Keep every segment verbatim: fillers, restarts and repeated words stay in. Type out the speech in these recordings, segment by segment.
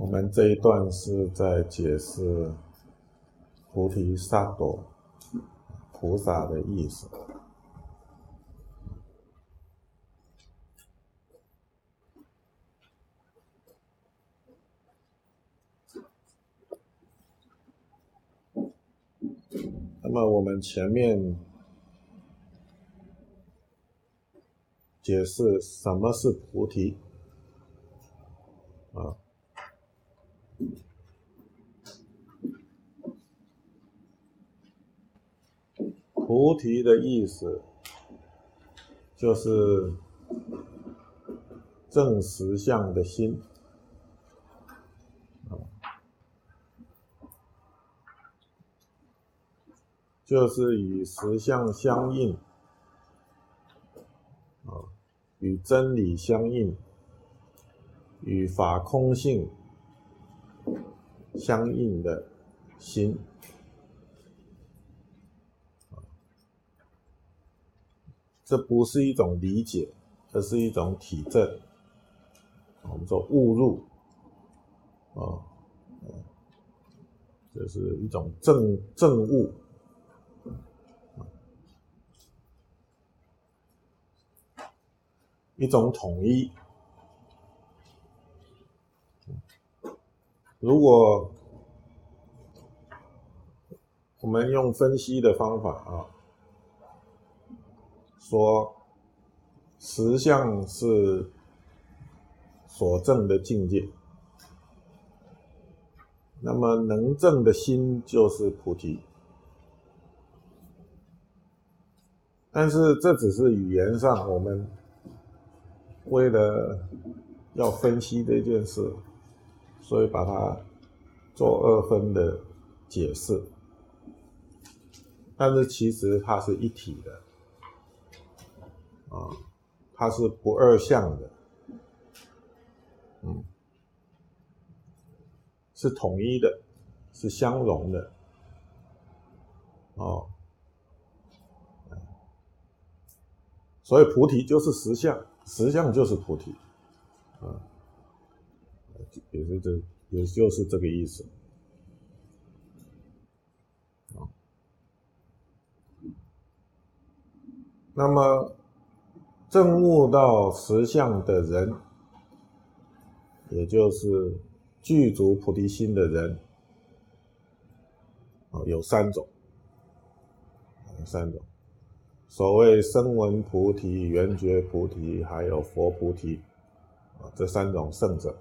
我们这一段是在解释菩提萨埵菩萨的意思。那么我们前面解释什么是菩提啊？菩提的意思就是正实相的心啊，就是与实相相应啊，与真理相应，与法空性相应的心。这不是一种理解，而是一种体证，我们说悟入啊，就是一种证证悟，一种统一。如果我们用分析的方法啊，说实相是所证的境界，那么能证的心就是菩提。但是这只是语言上，我们为了要分析这件事，所以把它做二分的解释，但是其实它是一体的啊，它是不二相的，嗯，是统一的，是相融的，哦，所以菩提就是实相，实相就是菩提，啊，也是这，也就是这个意思。那么证悟到实相的人，也就是具足菩提心的人，有三种，有三种。所谓声闻菩提、缘觉菩提，还有佛菩提，这三种圣者。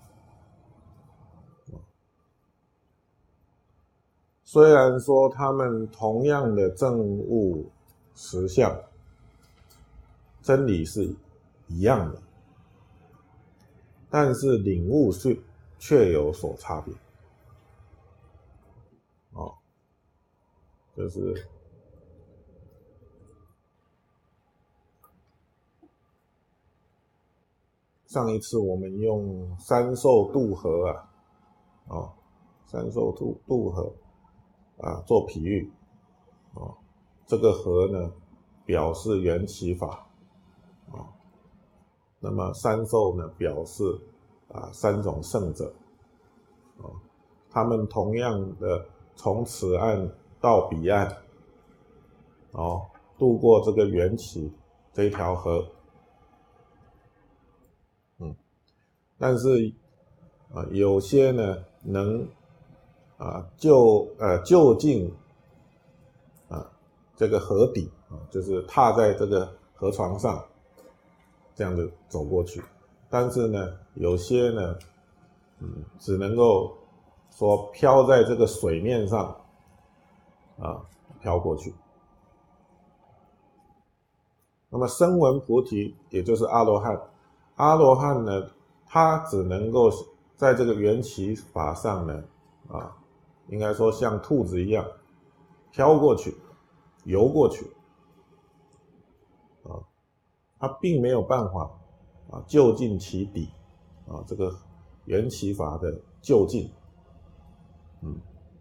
虽然说他们同样的证悟实相，真理是一样的，但是领悟是却有所差别。哦，就是上一次我们用三受渡河啊，哦，三受渡渡河啊做比喻，哦，这个河呢表示缘起法，哦，那么三受呢表示啊三种圣者，哦，他们同样的从此岸到彼岸，哦，渡过这个缘起这一条河，嗯，但是啊有些呢能啊就呃就近啊这个河底啊，就是踏在这个河床上，这样子走过去，但是呢有些呢嗯只能够说飘在这个水面上啊飘过去。那么声闻菩提也就是阿罗汉，阿罗汉呢他只能够在这个缘起法上呢啊应该说像兔子一样飘过去，游过去啊，他并没有办法啊就近其底啊，这个缘起法的就近。嗯，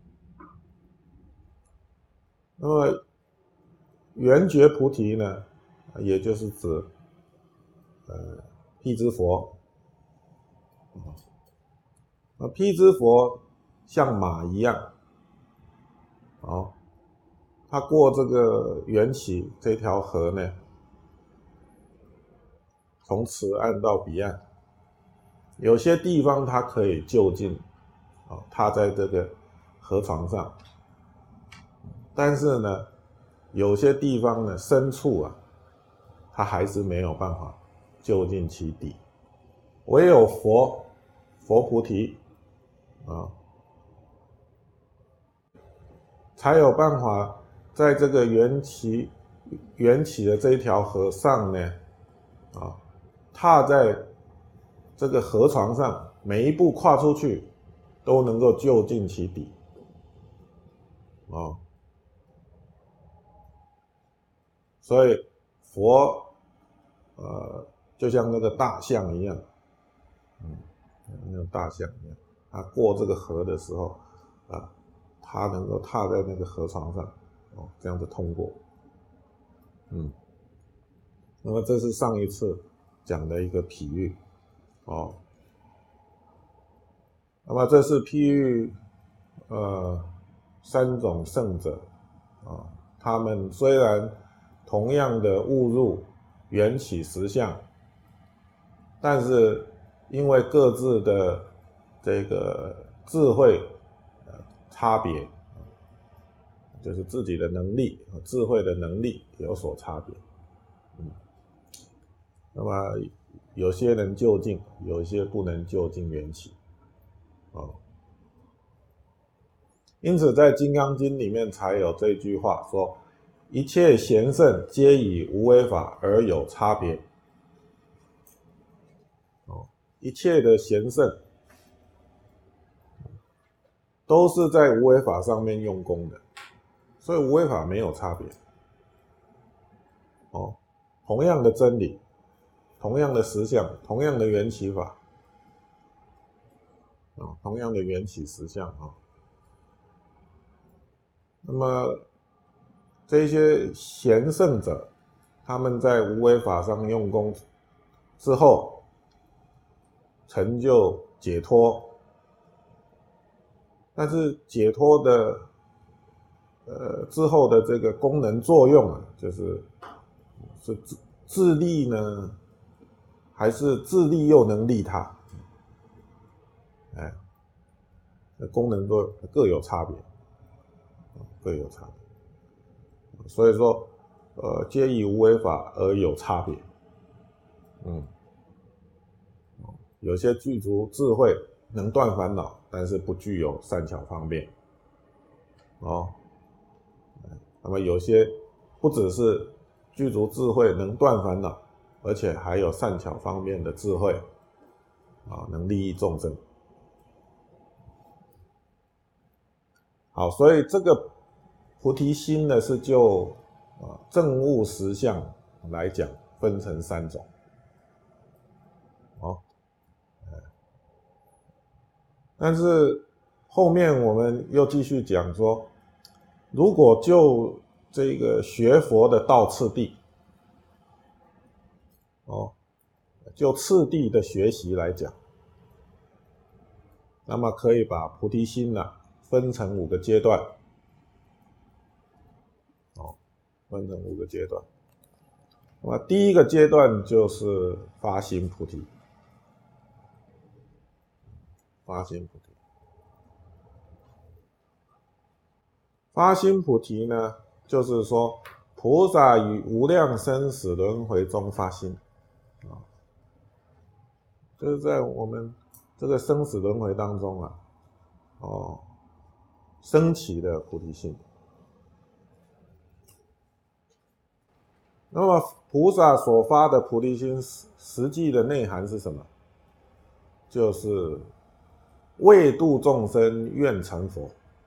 那么缘觉菩提呢，也就是指呃辟支佛， 啊，辟支佛像马一样，哦，他过这个缘起这条河呢，从此岸到彼岸，有些地方他可以就近，哦，踏在这个河床上，但是呢，有些地方呢，深处啊，他还是没有办法就近其底，唯有佛佛菩提啊，才有办法在这个缘起缘起的这一条河上呢，啊，踏在这个河床上，每一步跨出去都能够就近其底，啊，所以佛呃就像那个大象一样，嗯，那种大象一样，他过这个河的时候啊，他能够踏在那个河床上，哦，这样子通过，嗯，那么这是上一次讲的一个比喻，哦，那么这是譬喻呃三种圣者啊，他们虽然同样的误入缘起实相，但是因为各自的这个智慧差别，就是自己的能力智慧的能力有所差别，嗯，那么有些人就近，有一些不能就近缘起，哦，因此在《金刚经》里面才有这句话说：一切贤圣皆以无为法而有差别。哦，一切的贤圣都是在无为法上面用功的，所以无为法没有差别。哦，同样的真理，同样的实相，同样的缘起法，哦，同样的缘起实相啊，哦。那么这些贤圣者，他们在无为法上用功之后，成就解脱，但是解脱的呃之后的这个功能作用啊，就是是自自利呢，还是自利又能利他？哎，功能都各有差别，各有差别。所以说，呃，皆以无为法而有差别。嗯，有些具足智慧，能断烦恼，但是不具有善巧方便。哦，那么有些不只是具足智慧能断烦恼，而且还有善巧方面的智慧，啊，能利益众生。好，所以这个菩提心呢，是就啊证悟实相来讲，分成三种。哦，但是后面我们又继续讲说，如果就这个学佛的道次第，哦，就次第的学习来讲，那么可以把菩提心呢、啊、分成五个阶段，哦，分成五个阶段。那么第一个阶段就是发心菩提，发心菩提，发心菩提呢，就是说菩萨于无量生死轮回中发心，啊，就是在我们这个生死轮回当中啊，哦，升起的菩提心。那么菩萨所发的菩提心实际的内涵是什么？就是为度众生愿成佛，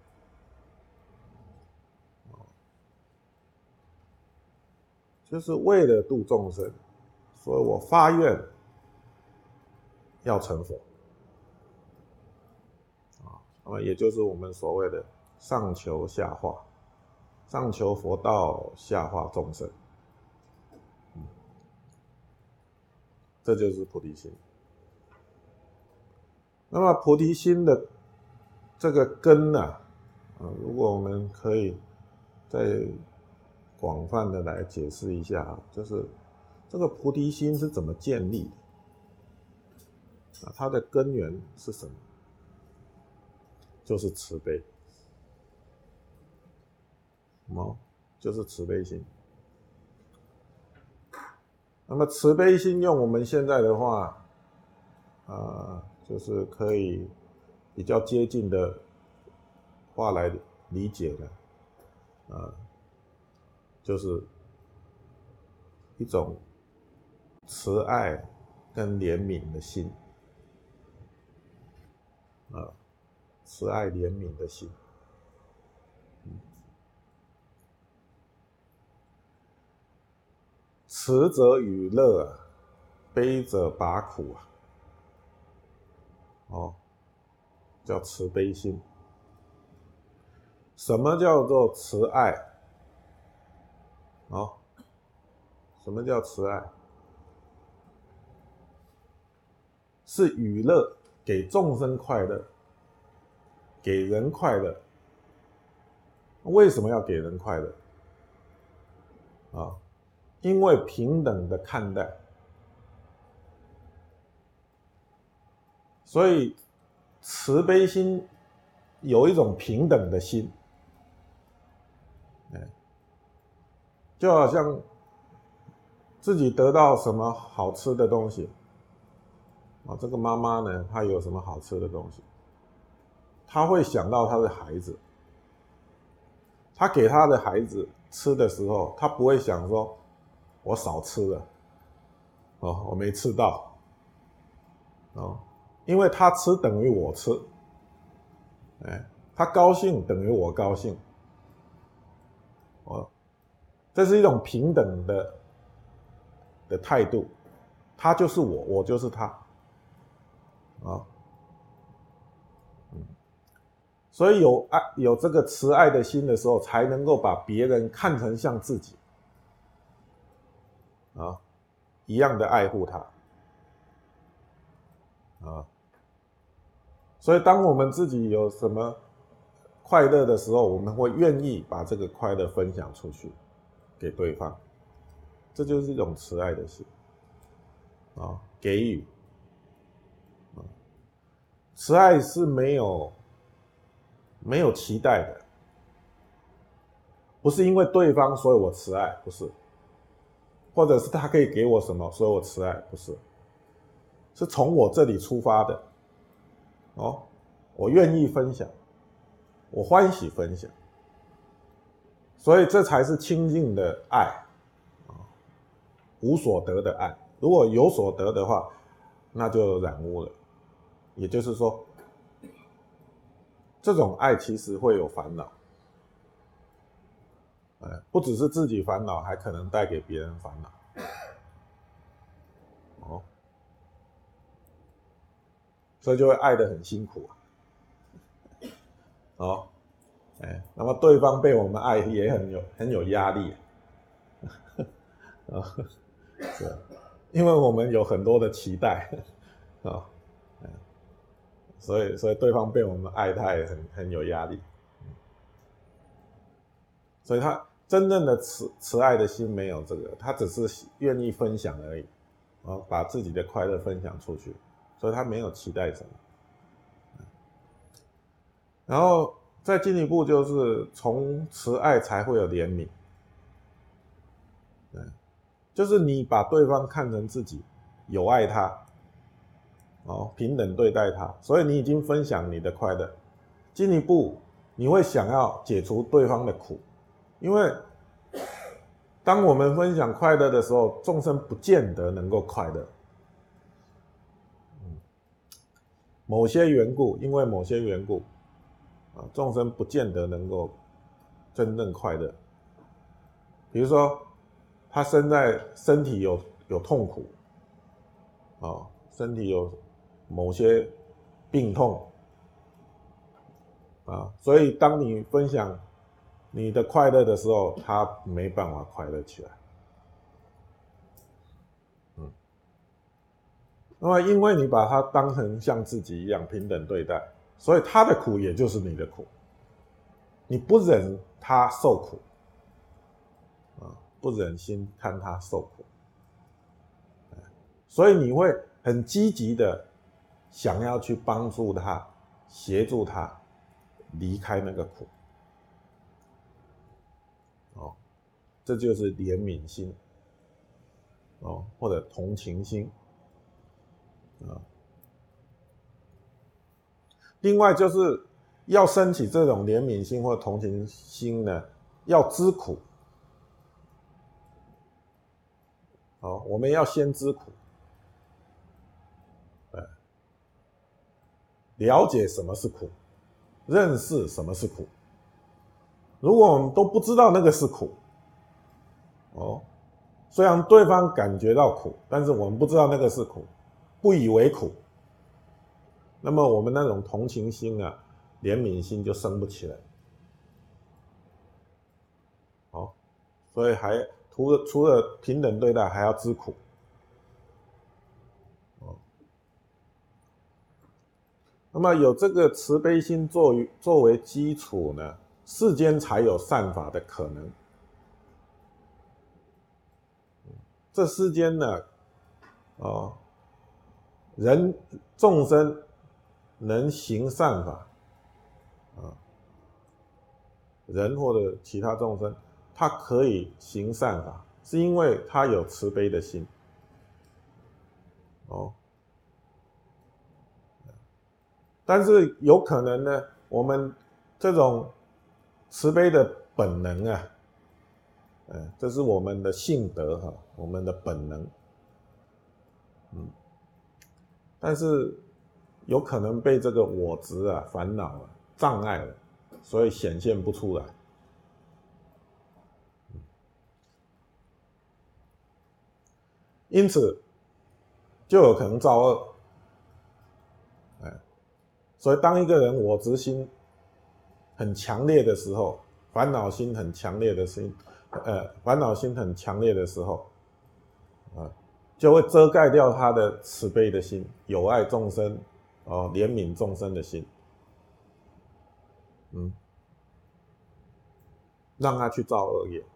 就是为了度众生，所以我发愿要成佛，啊，那么也就是我们所谓的上求下化，上求佛道，下化众生，嗯，这就是菩提心。 那么菩提心的这个根呢、啊，啊，如果我们可以再广泛的来解释一下，就是这个菩提心是怎么建立的？啊，它的根源是什么？就是慈悲，哦，就是慈悲心。那么慈悲心用我们现在的话，啊、呃，就是可以比较接近的话来理解的，啊、呃，就是一种慈爱跟怜悯的心，啊、呃，慈爱怜悯的心。慈者与乐啊，悲者拔苦啊，哦，叫慈悲心。什么叫做慈爱？哦，什么叫慈爱？是与乐，给众生快乐，给人快乐。为什么要给人快乐？啊，因为平等的看待，所以慈悲心有一种平等的心，就好像自己得到什么好吃的东西，啊，这个妈妈呢，她有什么好吃的东西，她会想到她的孩子，她给她的孩子吃的时候，她不会想说我少吃了，哦，我没吃到，哦，因为他吃等于我吃，哎，他高兴等于我高兴，哦，这是一种平等的的态度，他就是我，我就是他，啊，嗯，所以有爱有这个慈爱的心的时候，才能够把别人看成像自己，啊，一样的爱护他，啊。所以当我们自己有什么快乐的时候，我们会愿意把这个快乐分享出去给对方，这就是一种慈爱的心，啊，给予，啊，慈爱是没有没有期待的，不是因为对方所以我慈爱，不是，或者是他可以给我什么所以我慈爱，不是，是从我这里出发的，哦，我愿意分享，我欢喜分享，所以这才是清净的爱，无所得的爱。如果有所得的话，那就染污了。也就是说，这种爱其实会有烦恼，不只是自己烦恼，还可能带给别人烦恼。哦，所以就会爱得很辛苦啊。哦，哎，那么对方被我们爱也很有很有压力啊，是，因为我们有很多的期待啊，所以所以对方被我们爱，他也很很有压力，所以他真正的慈慈爱的心没有这个，他只是愿意分享而已，啊，把自己的快乐分享出去，所以他没有期待什么。然后再进一步就是从慈爱才会有怜悯，就是你把对方看成自己，有爱他，哦，平等对待他，所以你已经分享你的快乐。进一步，你会想要解除对方的苦，因为当我们分享快乐的时候，众生不见得能够快乐。某些缘故，因为某些缘故，啊，众生不见得能够真正快乐。比如说，他身在身体有有痛苦，啊，身体有某些病痛，啊，所以当你分享你的快乐的时候，他没办法快乐起来。嗯， 那么因为你把他当成像自己一样平等对待，所以他的苦也就是你的苦，你不忍他受苦啊，不忍心看他受苦，所以你会很积极的想要去帮助他，协助他离开那个苦。哦，这就是怜悯心，哦，或者同情心，啊。另外就是要升起这种怜悯心或同情心呢，要知苦。哦，我们要先知苦，了解什么是苦，认识什么是苦。如果我们都不知道那个是苦，哦，虽然对方感觉到苦，但是我们不知道那个是苦，不以为苦，那么我们那种同情心啊、怜悯心就生不起来。哦，所以还除了除了平等对待，还要知苦。哦，那么有这个慈悲心作为作为基础呢，世间才有善法的可能。这世间呢，哦，人众生能行善法，啊，人或者其他众生，他可以行善法，是因为他有慈悲的心。哦，但是有可能呢，我们这种慈悲的本能啊，嗯，这是我们的性德哈，我们的本能，嗯，但是有可能被这个我执啊、烦恼啊障碍了，所以显现不出来。因此就有可能造恶。哎，所以当一个人我执心很强烈的时候，烦恼心很强烈的心，呃，烦恼心很强烈的时候，啊，就会遮盖掉他的慈悲的心，有爱众生，哦，怜悯众生的心，嗯，让他去造恶业。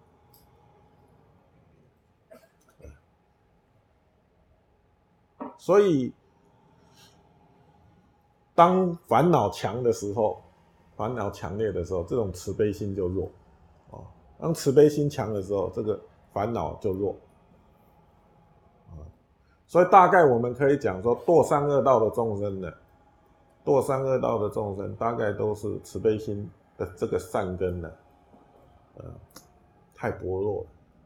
所以，当烦恼强的时候，烦恼强烈的时候，这种慈悲心就弱。哦，当慈悲心强的时候，这个烦恼就弱。所以大概我们可以讲说，堕三恶道的众生呢，堕三恶道的众生大概都是慈悲心的这个善根呢，呃，太薄弱了，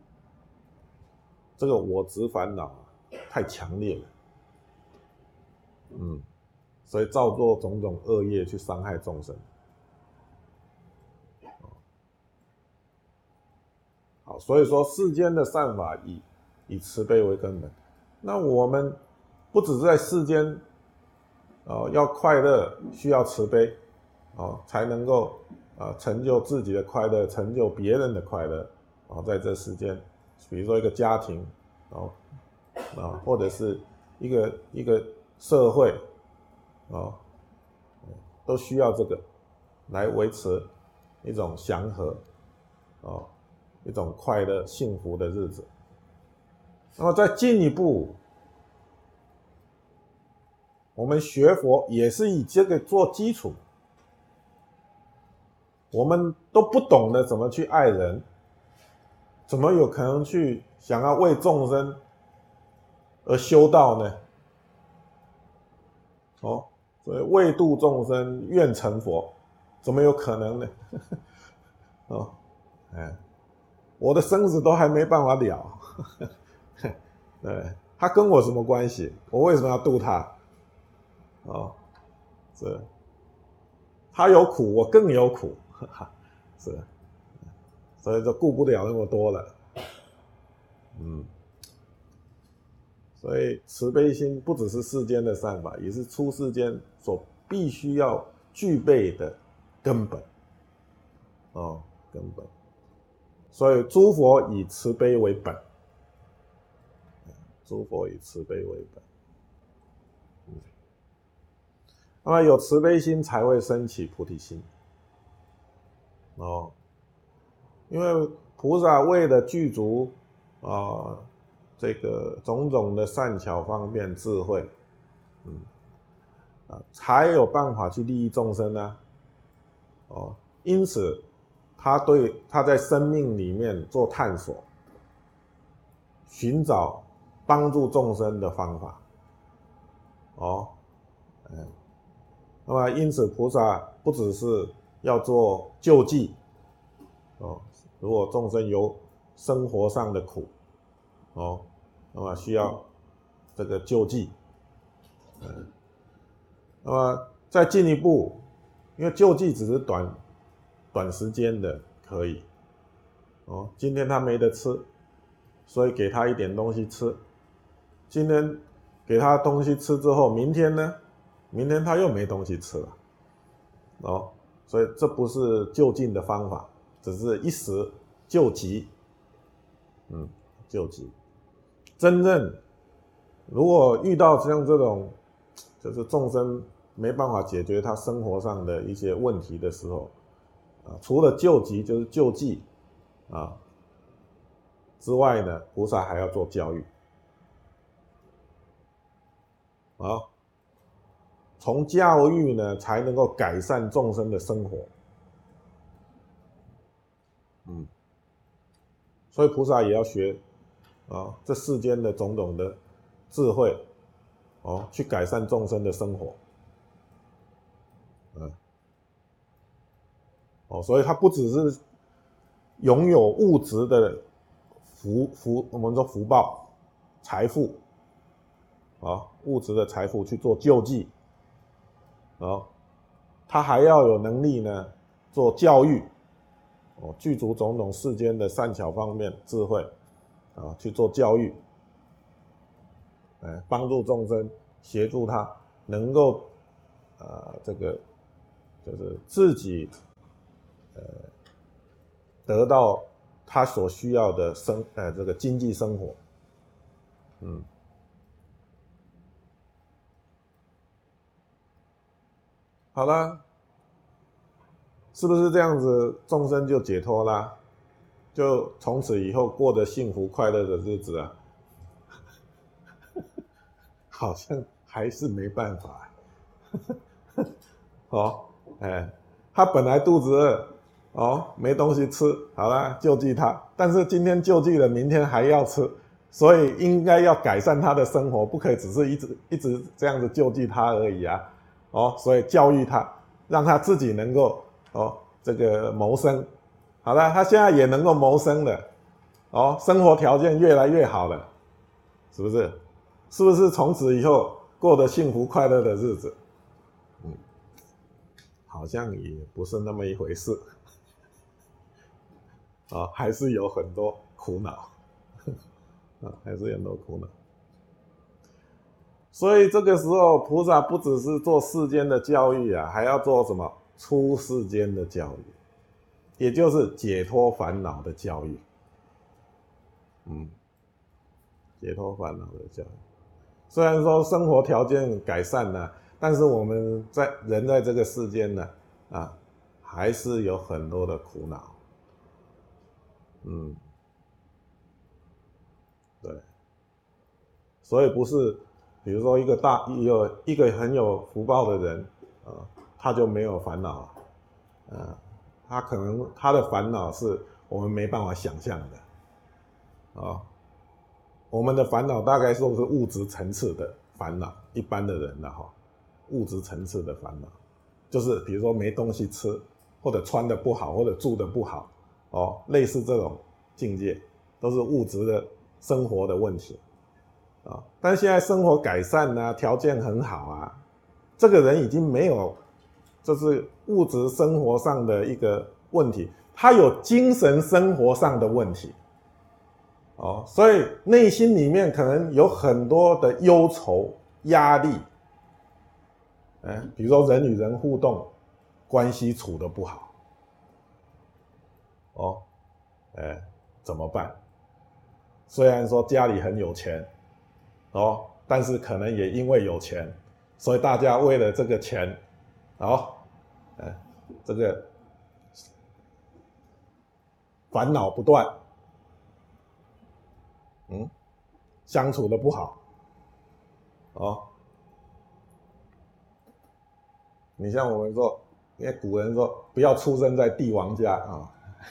这个我执烦恼太强烈了，嗯，所以造作种种恶业去伤害众生。好，所以说世间的善法以以慈悲为根本。那我们不只是在世间，哦，要快乐需要慈悲，哦，才能够啊、呃、成就自己的快乐，成就别人的快乐。哦，在这世间，比如说一个家庭，哦，啊，或者是一个一个社会，哦，都需要这个来维持一种祥和，哦，一种快乐幸福的日子。那么再进一步，我们学佛也是以这个做基础。我们都不懂得怎么去爱人，怎么有可能去想要为众生而修道呢？哦，所以为度众生愿成佛，怎么有可能呢？哦，哎，我的生死都还没办法了，对，他跟我什么关系？我为什么要度他？哦，是，他有苦，我更有苦，是，所以就顾不了那么多了，嗯，所以慈悲心不只是世间的善法，也是出世间所必须要具备的根本，哦，根本。所以诸佛以慈悲为本，诸佛以慈悲为本。 那么有慈悲心才会升起菩提心。哦，因为菩萨为了具足啊、呃、这个种种的善巧方便智慧，嗯啊，才有办法去利益众生啊。哦，因此他对他在生命里面做探索，寻找帮助众生的方法。哦，嗯，那么因此菩萨不只是要做救济。哦，如果众生有生活上的苦，哦，那么需要这个救济。嗯，那么再进一步，因为救济只是短短时间的，可以。哦，今天他没得吃，所以给他一点东西吃。今天给他东西吃之后，明天呢？明天他又没东西吃了。哦，所以这不是就近的方法，只是一时救急。嗯，救急。真正如果遇到像这种，就是众生没办法解决他生活上的一些问题的时候，啊，除了救急就是救济啊之外呢，菩萨还要做教育。啊，从教育呢才能够改善众生的生活。嗯，所以菩萨也要学啊这世间的种种的智慧，哦，去改善众生的生活。嗯，哦，所以他不只是拥有物质的福福，我们说福报、财富，啊，物质的财富去做救济，啊，他还要有能力呢做教育，哦，具足种种世间的善巧方面智慧，啊，去做教育，哎，帮助众生，协助他能够，呃，这个就是自己，呃，得到他所需要的生，呃，这个经济生活，嗯。好了，是不是这样子众生就解脱啦？就从此以后过得幸福快乐的日子啊？好像还是没办法。哦，哎，他本来肚子饿，哦，没东西吃，好啦，救济他。但是今天救济了，明天还要吃，所以应该要改善他的生活，不可以只是一直一直这样子救济他而已啊。哦，所以教育他，让他自己能够哦这个谋生。好了，他现在也能够谋生了，哦，生活条件越来越好了，是不是？是不是从此以后过得幸福快乐的日子？嗯，好像也不是那么一回事，啊，还是有很多苦恼，啊，还是有很多苦恼。所以这个时候，菩萨不只是做世间的教育啊，还要做什么？出世间的教育，也就是解脱烦恼的教育。嗯，解脱烦恼的教育。虽然说生活条件改善了，但是我们在人在这个世间呢，啊，还是有很多的苦恼。嗯，对，所以不是。比如说一个大有一个很有福报的人，啊，他就没有烦恼，啊，他可能他的烦恼是我们没办法想象的，啊，我们的烦恼大概都是物质层次的烦恼，一般的人的哈，物质层次的烦恼，就是比如说没东西吃，或者穿的不好，或者住的不好，哦，类似这种境界，都是物质的生活的问题。啊，但现在生活改善啊，条件很好啊，这个人已经没有就是物质生活上的一个问题，他有精神生活上的问题，哦，所以内心里面可能有很多的忧愁、压力，哎，比如说人与人互动关系处得不好，哦，哎，怎么办？虽然说家里很有钱。哦，但是可能也因为有钱， 所以大家为了这个钱，好，呃，这个烦恼不断，嗯，相处的不好，哦，你像我们说，因为古人说不要出生在帝王家啊，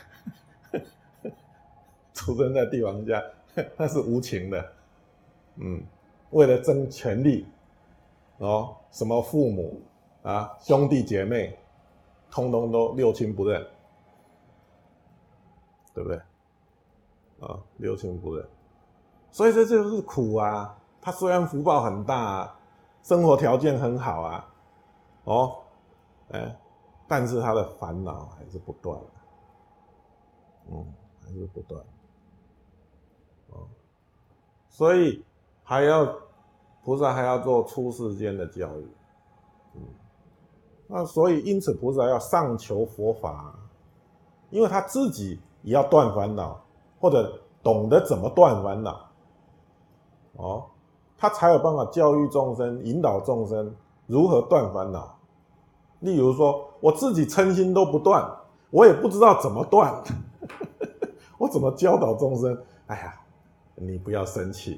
出生在帝王家那是无情的，嗯，为了争权力，哦，什么父母啊兄弟姐妹，通通都六亲不认，对不对？啊，六亲不认，所以这就是苦啊。他虽然福报很大啊，生活条件很好啊，哦，哎，但是他的烦恼还是不断的，嗯，还是不断，哦，所以还要菩萨还要做出世间的教育，嗯，那所以因此菩萨要上求佛法，因为他自己也要断烦恼，或者懂得怎么断烦恼，哦，他才有办法教育众生，引导众生如何断烦恼。例如说，我自己嗔心都不断，我也不知道怎么断，我怎么教导众生？哎呀，你不要生气，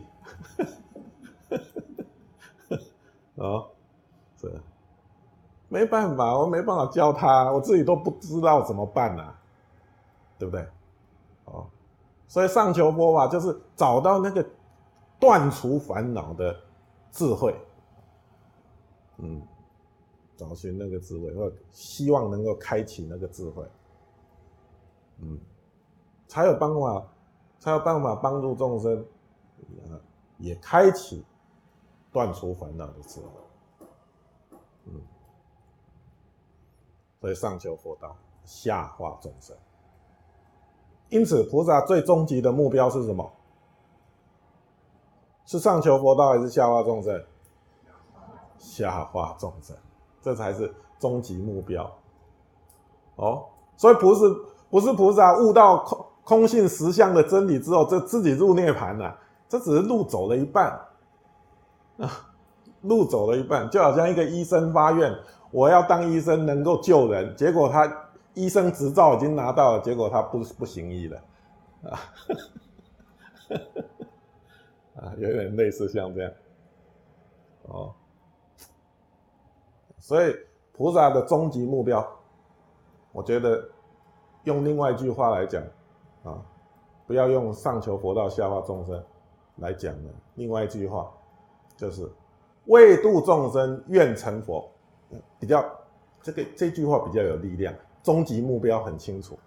哦，是，没办法，我没办法教他，我自己都不知道怎么办啊，对不对？哦，所以上求佛法就是找到那个断除烦恼的智慧，嗯。找寻那个智慧，或希望能够开启那个智慧，嗯，才有办法，才有办法帮助众生，啊，也开启断除烦恼的智慧，嗯，所以上求佛道，下化众生。因此，菩萨最终极的目标是什么？是上求佛道还是下化众生？下化众生。这才是终极目标，哦，所以不是不是菩萨悟到空空性实相的真理之后，这自己入涅槃了，这只是路走了一半，啊，路走了一半，就好像一个医生发愿，我要当医生能够救人，结果他医生执照已经拿到了，结果他不不行医了，啊，啊，有点类似像这样，哦。所以菩萨的终极目标，我觉得用另外一句话来讲啊，不要用上求佛道下化众生来讲的，另外一句话就是为度众生愿成佛，比较这个这句话比较有力量，终极目标很清楚，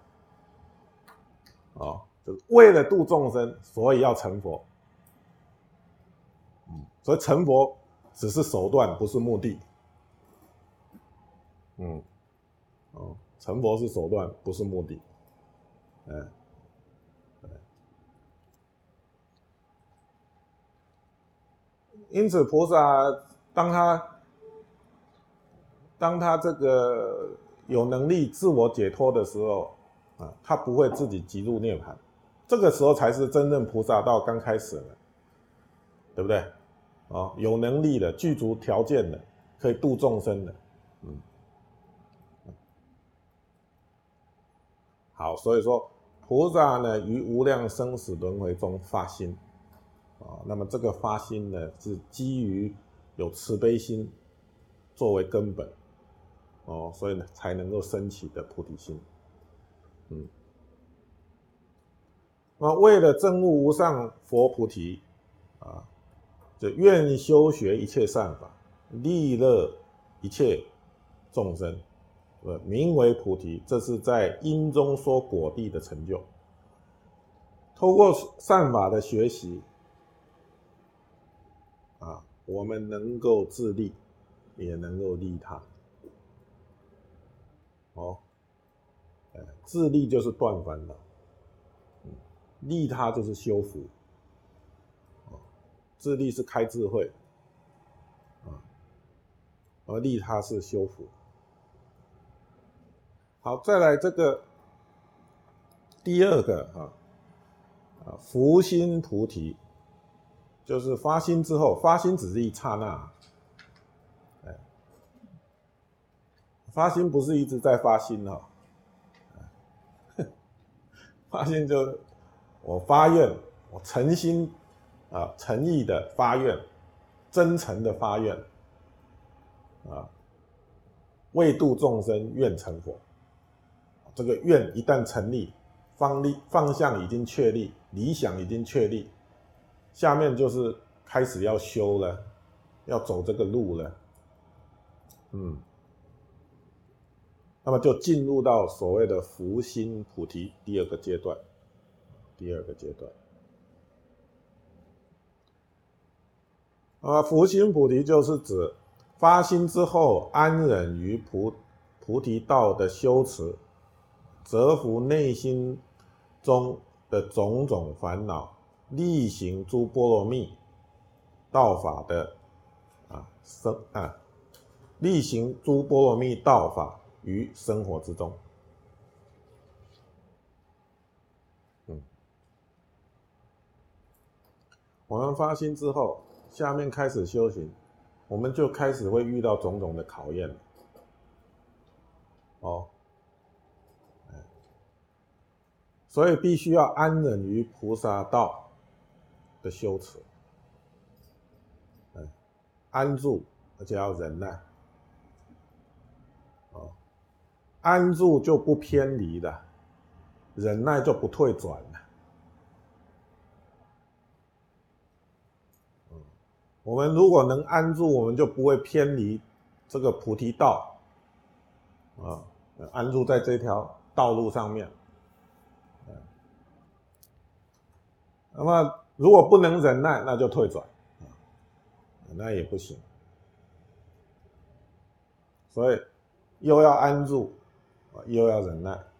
啊，就是为了度众生，所以要成佛，嗯，所以成佛只是手段，不是目的。嗯，哦，成佛是手段，不是目的。嗯，因此菩萨当他当他这个有能力自我解脱的时候啊，他不会自己急入涅槃，这个时候才是真正菩萨道刚开始的，对不对？哦，有能力的，具足条件的，可以度众生的，嗯。好，所以说菩萨呢于无量生死轮回中发心，啊，那么这个发心呢是基于有慈悲心作为根本，哦，所以呢才能够升起的菩提心，嗯，那为了证悟无上佛菩提，啊，就愿修学一切善法，利乐一切众生。名为菩提，这是在因中说果地的成就。透过善法的学习，啊，我们能够自利，也能够利他。哦，自利就是断烦恼，利他就是修福。自利是开智慧，而利他是修福。好，再来这个第二个啊，啊，福心菩提，就是发心之后，发心只是一刹那， 发心不是一直在发心哈、哦，发心就是我发愿，我诚心啊诚意的发愿，真诚的发愿啊，为度众生愿成佛。这个愿一旦成立，方立方向已经确立，理想已经确立，下面就是开始要修了，要走这个路了。嗯，那么就进入到所谓的福心菩提第二个阶段。第二个阶段啊，福心菩提就是指发心之后安忍于菩菩提道的修持，折服内心中的种种烦恼，力行诸波罗蜜道法的啊生啊，力行诸波罗蜜道法于生活之中。嗯，我们发心之后，下面开始修行，我们就开始会遇到种种的考验。哦，所以必须要安忍于菩萨道的修持，安住，而且要忍耐。哦，安住就不偏离了，忍耐就不退转了。嗯，我们如果能安住，我们就不会偏离这个菩提道啊，安住在这条道路上面。那么如果不能忍耐，那就退转，那也不行。所以又要安住，又要忍耐。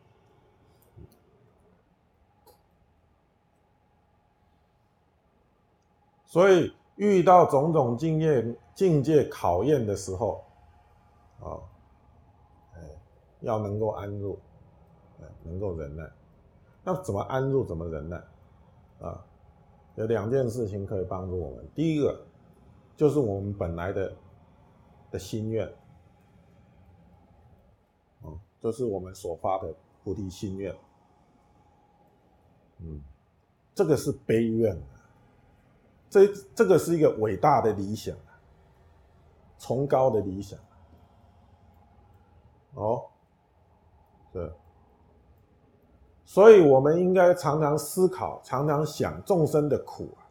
所以遇到种种境界境界考验的时候，啊，要能够安住，能够忍耐。那怎么安住？怎么忍耐？啊，有两件事情可以帮助我们。第一个就是我们本来的的心愿，哦，就是我们所发的菩提心愿。嗯，这个是悲愿，这这个是一个伟大的理想，崇高的理想。哦，是。所以我们应该常常思考，常常想众生的苦啊。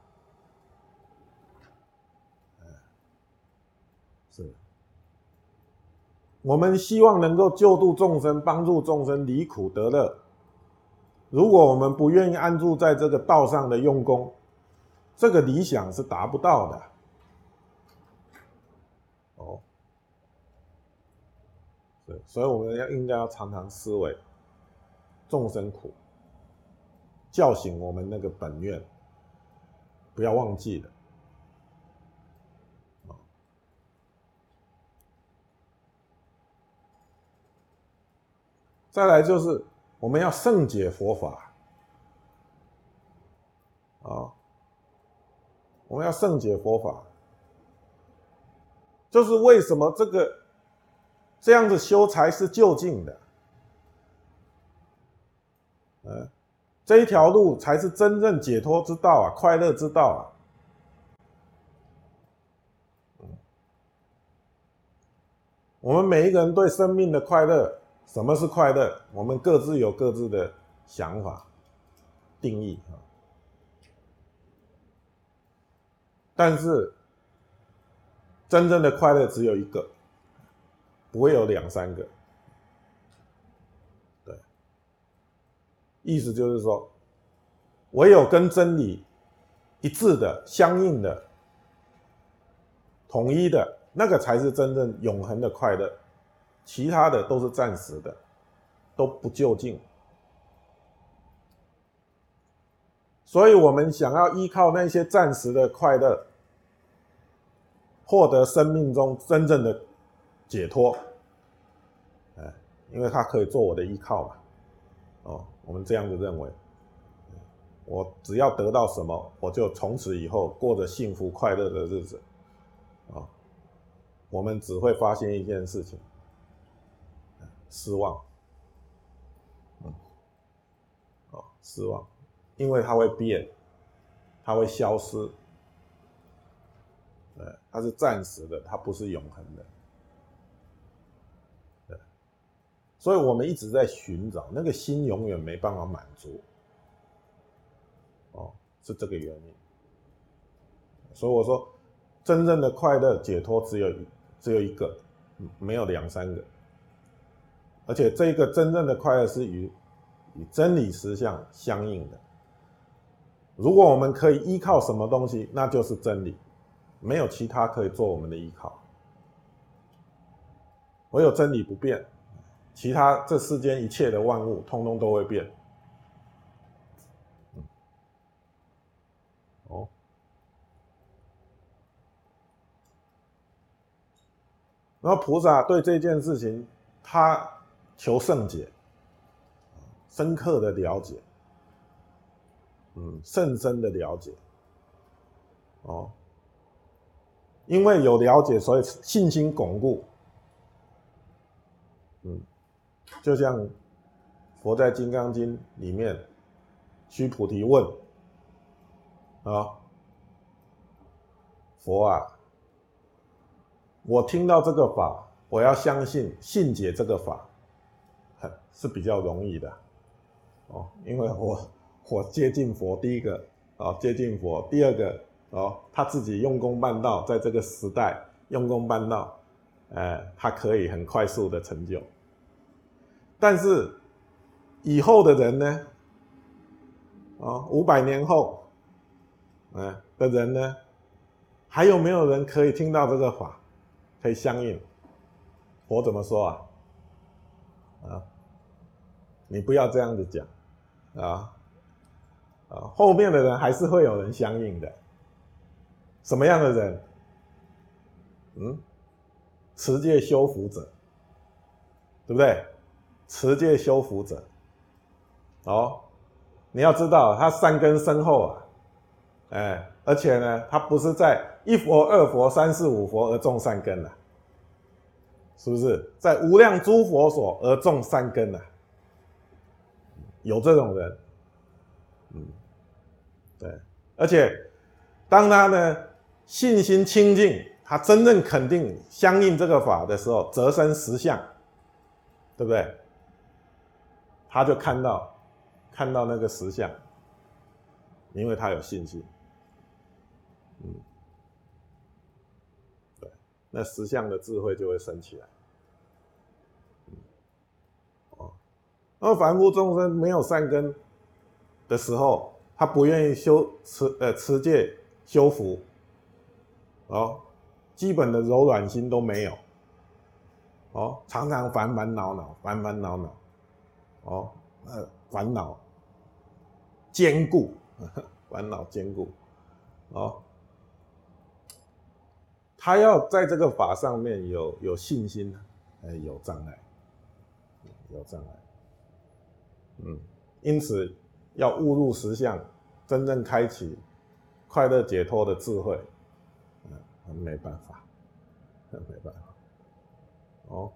是，我们希望能够救度众生，帮助众生离苦得乐。如果我们不愿意安住在这个道上的用功，这个理想是达不到的。哦，是，所以我们要应该要常常思维众生苦，叫醒我们那个本愿，不要忘记了。再来就是我们要圣解佛法啊，我们要圣解佛法，就是为什么这个这样子修才是究竟的，嗯，这一条路才是真正解脱之道啊，快乐之道啊。我们每一个人对生命的快乐，什么是快乐？我们各自有各自的想法、定义。但是真正的快乐只有一个，不会有两三个。对，意思就是说，唯有跟真理一致的、相应的、统一的，那个才是真正永恒的快乐，其他的都是暂时的，都不究竟。所以我们想要依靠那些暂时的快乐，获得生命中真正的解脱，因为它可以做我的依靠嘛。哦，我们这样子认为，我只要得到什么，我就从此以后过着幸福快乐的日子。哦，我们只会发现一件事情， 失望，嗯，哦，失望，因为它会变，它会消失，对，它是暂时的，它不是永恒的，对，所以我们一直在寻找，那个心永远没办法满足，哦，是这个原因。所以我说，真正的快乐解脱只有只有一个，没有两三个。而且这个真正的快乐是与与真理实相相应的。如果我们可以依靠什么东西，那就是真理，没有其他可以做我们的依靠。唯有真理不变，其他这世间一切的万物通通都会变。嗯、哦。然后菩萨对这件事情，他求圣解，深刻的了解，嗯，甚深的了解，哦，因为有了解，所以信心巩固，嗯，就像佛在《金刚经》里面，须菩提问，啊，佛啊，我听到这个法，我要相信信解这个法，是比较容易的，哦，因为我我接近佛，第一个哦接近佛，第二个哦他自己用功办道，在这个时代用功办道，呃，他可以很快速的成就。但是以后的人呢，哦，五百年后，呃的人呢，还有没有人可以听到这个法？可以相应，佛怎么说啊？啊，你不要这样子讲，啊啊，后面的人还是会有人相应的。什么样的人？嗯，持戒修福者，对不对？持戒修福者，哦，你要知道，他善根深厚啊，哎，而且呢，他不是在一佛、二佛、三四五佛而种善根啊。是不是在无量诸佛所而种善根啊？有这种人，嗯，对，而且当他呢信心清净，他真正肯定相应这个法的时候，则生实相，对不对？他就看到看到那个实相，因为他有信心，嗯，对，那实相的智慧就会升起来。那么凡夫众生没有善根的时候，他不愿意修持呃持戒修福，哦，基本的柔软心都没有，哦，常常烦烦恼恼，烦烦恼恼，哦，呃，烦恼坚固，烦恼坚固，哦，他要在这个法上面有有信心，哎，有障碍，有障碍。嗯，因此要悟入实相，真正开启快乐解脱的智慧，嗯，没办法，没办法，哦，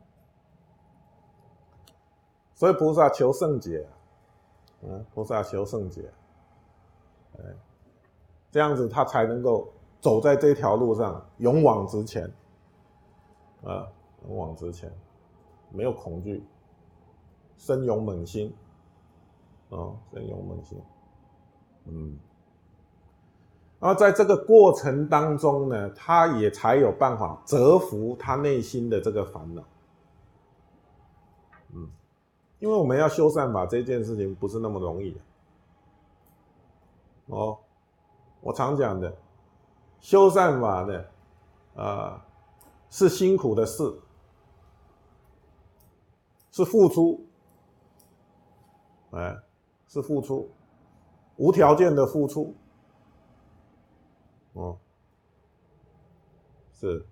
所以菩萨求圣解，嗯，菩萨求圣解，哎，这样子他才能够走在这条路上，勇往直前，啊，勇往直前，没有恐惧，生勇猛心。哦，生勇猛心，嗯，然后在这个过程当中呢，他也才有办法折服他内心的这个烦恼，嗯，因为我们要修善法这件事情不是那么容易的，哦，我常讲的，修善法呢，啊、呃，是辛苦的事，是付出，哎。是付出，无条件的付出，哦，是。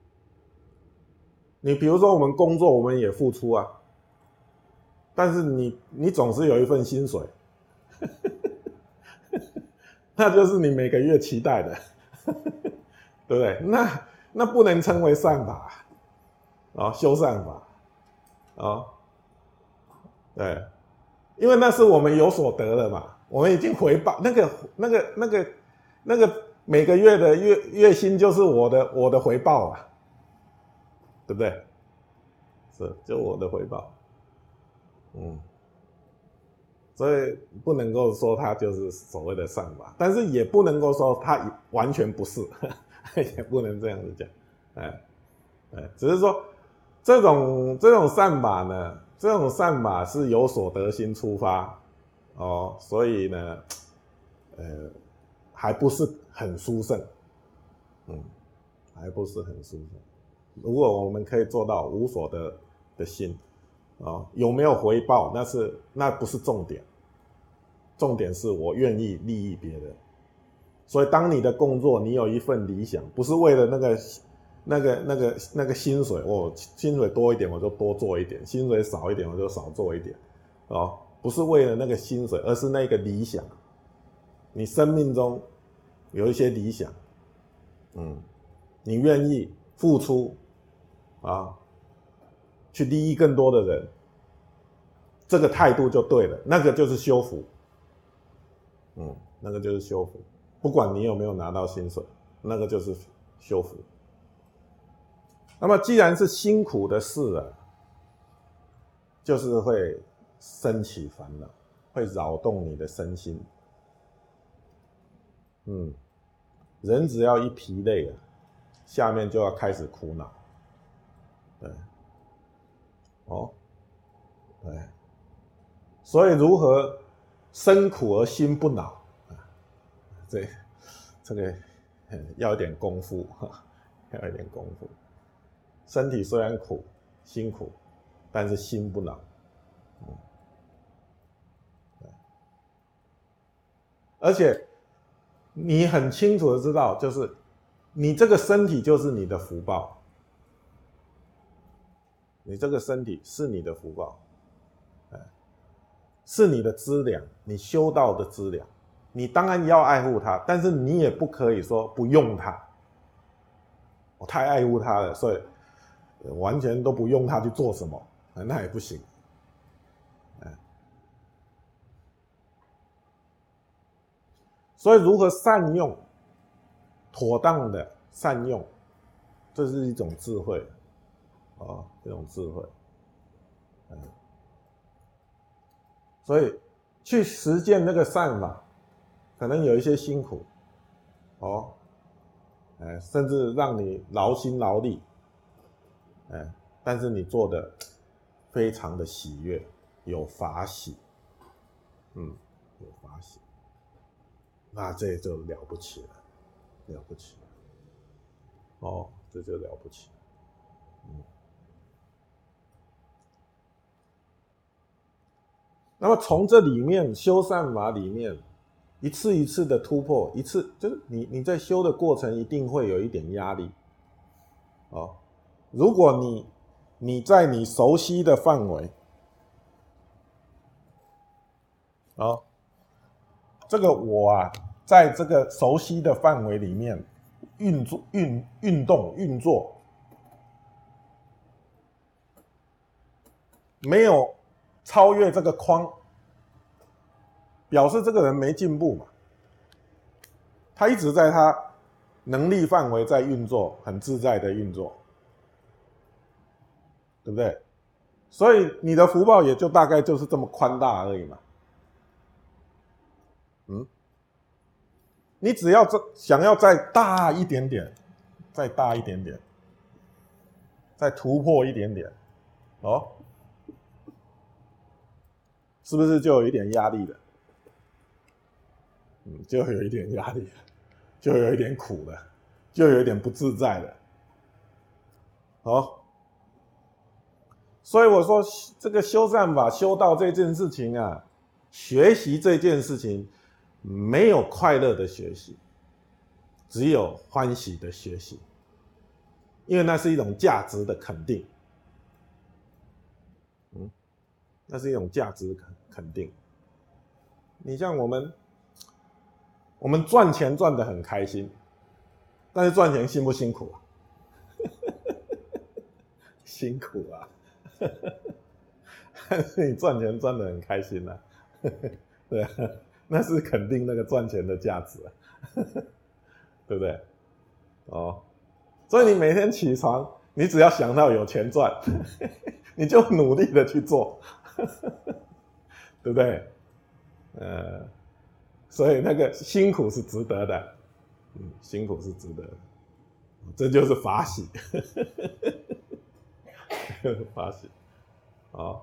你比如说我们工作，我们也付出啊，但是你你总是有一份薪水，那就是你每个月期待的，对不对？那那不能称为善法啊，修善法啊。 对，因为那是我们有所得了嘛，我们已经回报那个那个那个那个每个月的月月薪就是我的我的回报啊，对不对？是，就我的回报，嗯，所以不能够说它就是所谓的善法，但是也不能够说它完全不是，也不能这样子讲，哎哎，只是说这种这种善法呢，这种善法是有所得心出发哦，所以呢，呃，还不是很殊胜，嗯，还不是很殊胜。如果我们可以做到无所得的心，哦，有没有回报，那是那不是重点，重点是我愿意利益别人。所以，当你的工作你有一份理想，不是为了那个那个那个那个薪水，我薪水多一点我就多做一点，薪水少一点我就少做一点，哦，不是为了那个薪水，而是那个理想。你生命中有一些理想，嗯，你愿意付出啊，去利益更多的人，这个态度就对了，那个就是修福，嗯，那个就是修福。不管你有没有拿到薪水，那个就是修福。那么既然是辛苦的事啊，就是会生起烦恼，会扰动你的身心。嗯，人只要一疲累了，下面就要开始苦恼。对，哦，对，所以如何生苦而心不恼？这这个要一点功夫，要一点功夫。身体虽然苦辛苦，但是心不恼。嗯，而且你很清楚的知道，就是你这个身体就是你的福报，你这个身体是你的福报，是你的资粮，你修道的资粮。你当然要爱护它，但是你也不可以说不用它。我太爱护它了，所以完全都不用它去做什么，那也不行。所以如何善用，妥当的善用，这是一种智慧，哦，这种智慧。嗯，所以去实践那个善法，可能有一些辛苦，哦，哎，甚至让你劳心劳力，哎，但是你做的非常的喜悦，有法喜，嗯，有法喜，那这就了不起了，了不起了，哦，这就了不起，嗯。那么从这里面修善法里面，一次一次的突破，一次就是你你在修的过程一定会有一点压力，哦，如果你你在你熟悉的范围，哦，这个我啊，在这个熟悉的范围里面运作运运动运作，没有超越这个框，表示这个人没进步嘛。他一直在他能力范围在运作，很自在的运作，对不对？所以你的福报也就大概就是这么宽大而已嘛。嗯，你只要这想要再大一点点，再大一点点，再突破一点点，哦，是不是就有一点压力了？嗯，就有一点压力了，就有一点苦了，就有一点不自在了。好，所以我说这个修善法修道这件事情啊，学习这件事情没有快乐的学习，只有欢喜的学习，因为那是一种价值的肯定。嗯，那是一种价值肯定。你像我们，我们赚钱赚得很开心，但是赚钱辛不辛苦啊？辛苦啊！ 但是你赚钱赚得很开心啊，对啊，那是肯定那个赚钱的价值啊，对不对？哦，所以你每天起床，你只要想到有钱赚，你就努力的去做，对不对？呃，所以那个辛苦是值得的，嗯，辛苦是值得的，这就是法喜，法喜，好，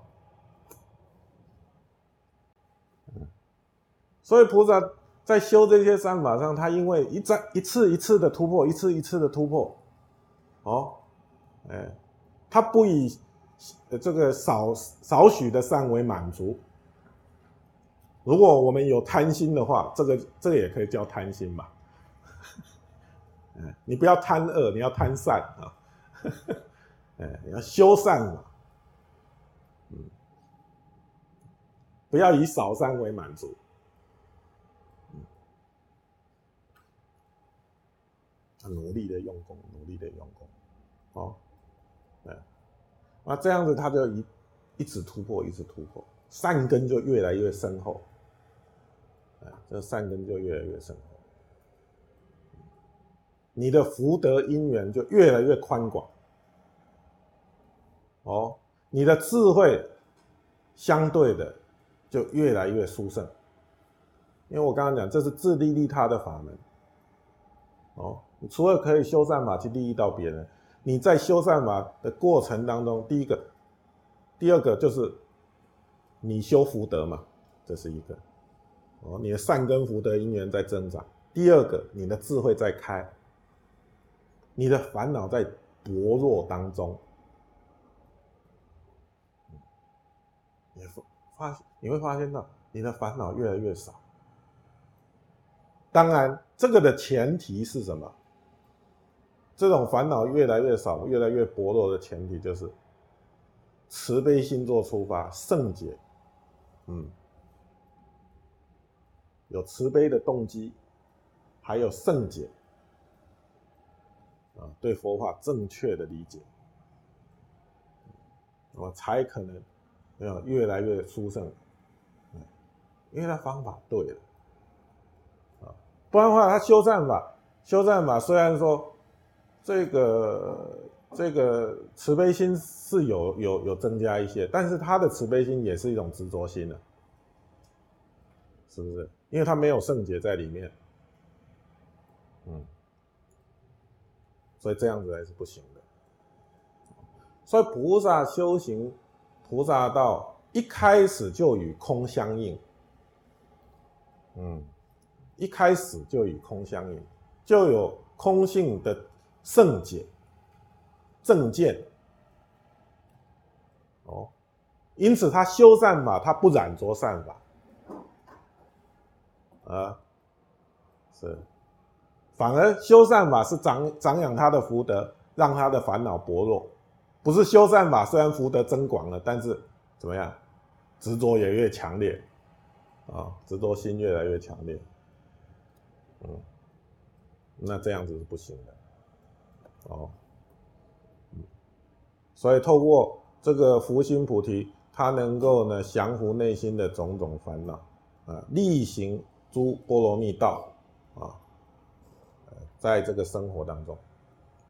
嗯，所以菩萨在修这些善法上，他因为一再一次一次的突破，一次一次的突破，哦，哎，他不以这个少少许的善为满足。如果我们有贪心的话，这个这个也可以叫贪心嘛。你不要贪恶，你要贪善啊。你要修善嘛，嗯，不要以少善为满足。嗯，努力的用功，努力的用功，哦，对，那这样子他就一一直突破，一直突破，善根就越来越深厚。这善根就越来越深厚，你的福德因缘就越来越宽广，哦，你的智慧相对的就越来越殊胜，因为我刚刚讲这是自利利他的法门，哦，你除了可以修善法去利益到别人，你在修善法的过程当中，第一个，第二个就是你修福德嘛，这是一个。哦，你的善根福德因缘在增长。第二个，你的智慧在开，你的烦恼在薄弱当中，你发你会发现到你的烦恼越来越少。当然，这个的前提是什么？这种烦恼越来越少、越来越薄弱的前提就是慈悲心做出发，圣解，嗯。有慈悲的动机，还有圣解，啊，对佛法正确的理解，我才可能有越来越殊胜，因为他方法对了，啊，不然的话，他修善法，修善法虽然说这个这个慈悲心是有有有增加一些，但是他的慈悲心也是一种执着心的，是不是？因为它没有圣解在里面，嗯，所以这样子还是不行的。所以菩萨修行，菩萨道一开始就与空相应，嗯，一开始就与空相应，就有空性的圣解、正见，哦，因此他修善法，他不染着善法。啊，是，反而修善法是长长养他的福德，让他的烦恼薄弱。不是修善法，虽然福德增广了，但是怎么样，执着也越强烈，啊，执着心越来越强烈，嗯，那这样子是不行的，哦，嗯，所以透过这个福心菩提，它能够呢降伏内心的种种烦恼，啊，力行诸波罗蜜道啊，在这个生活当中。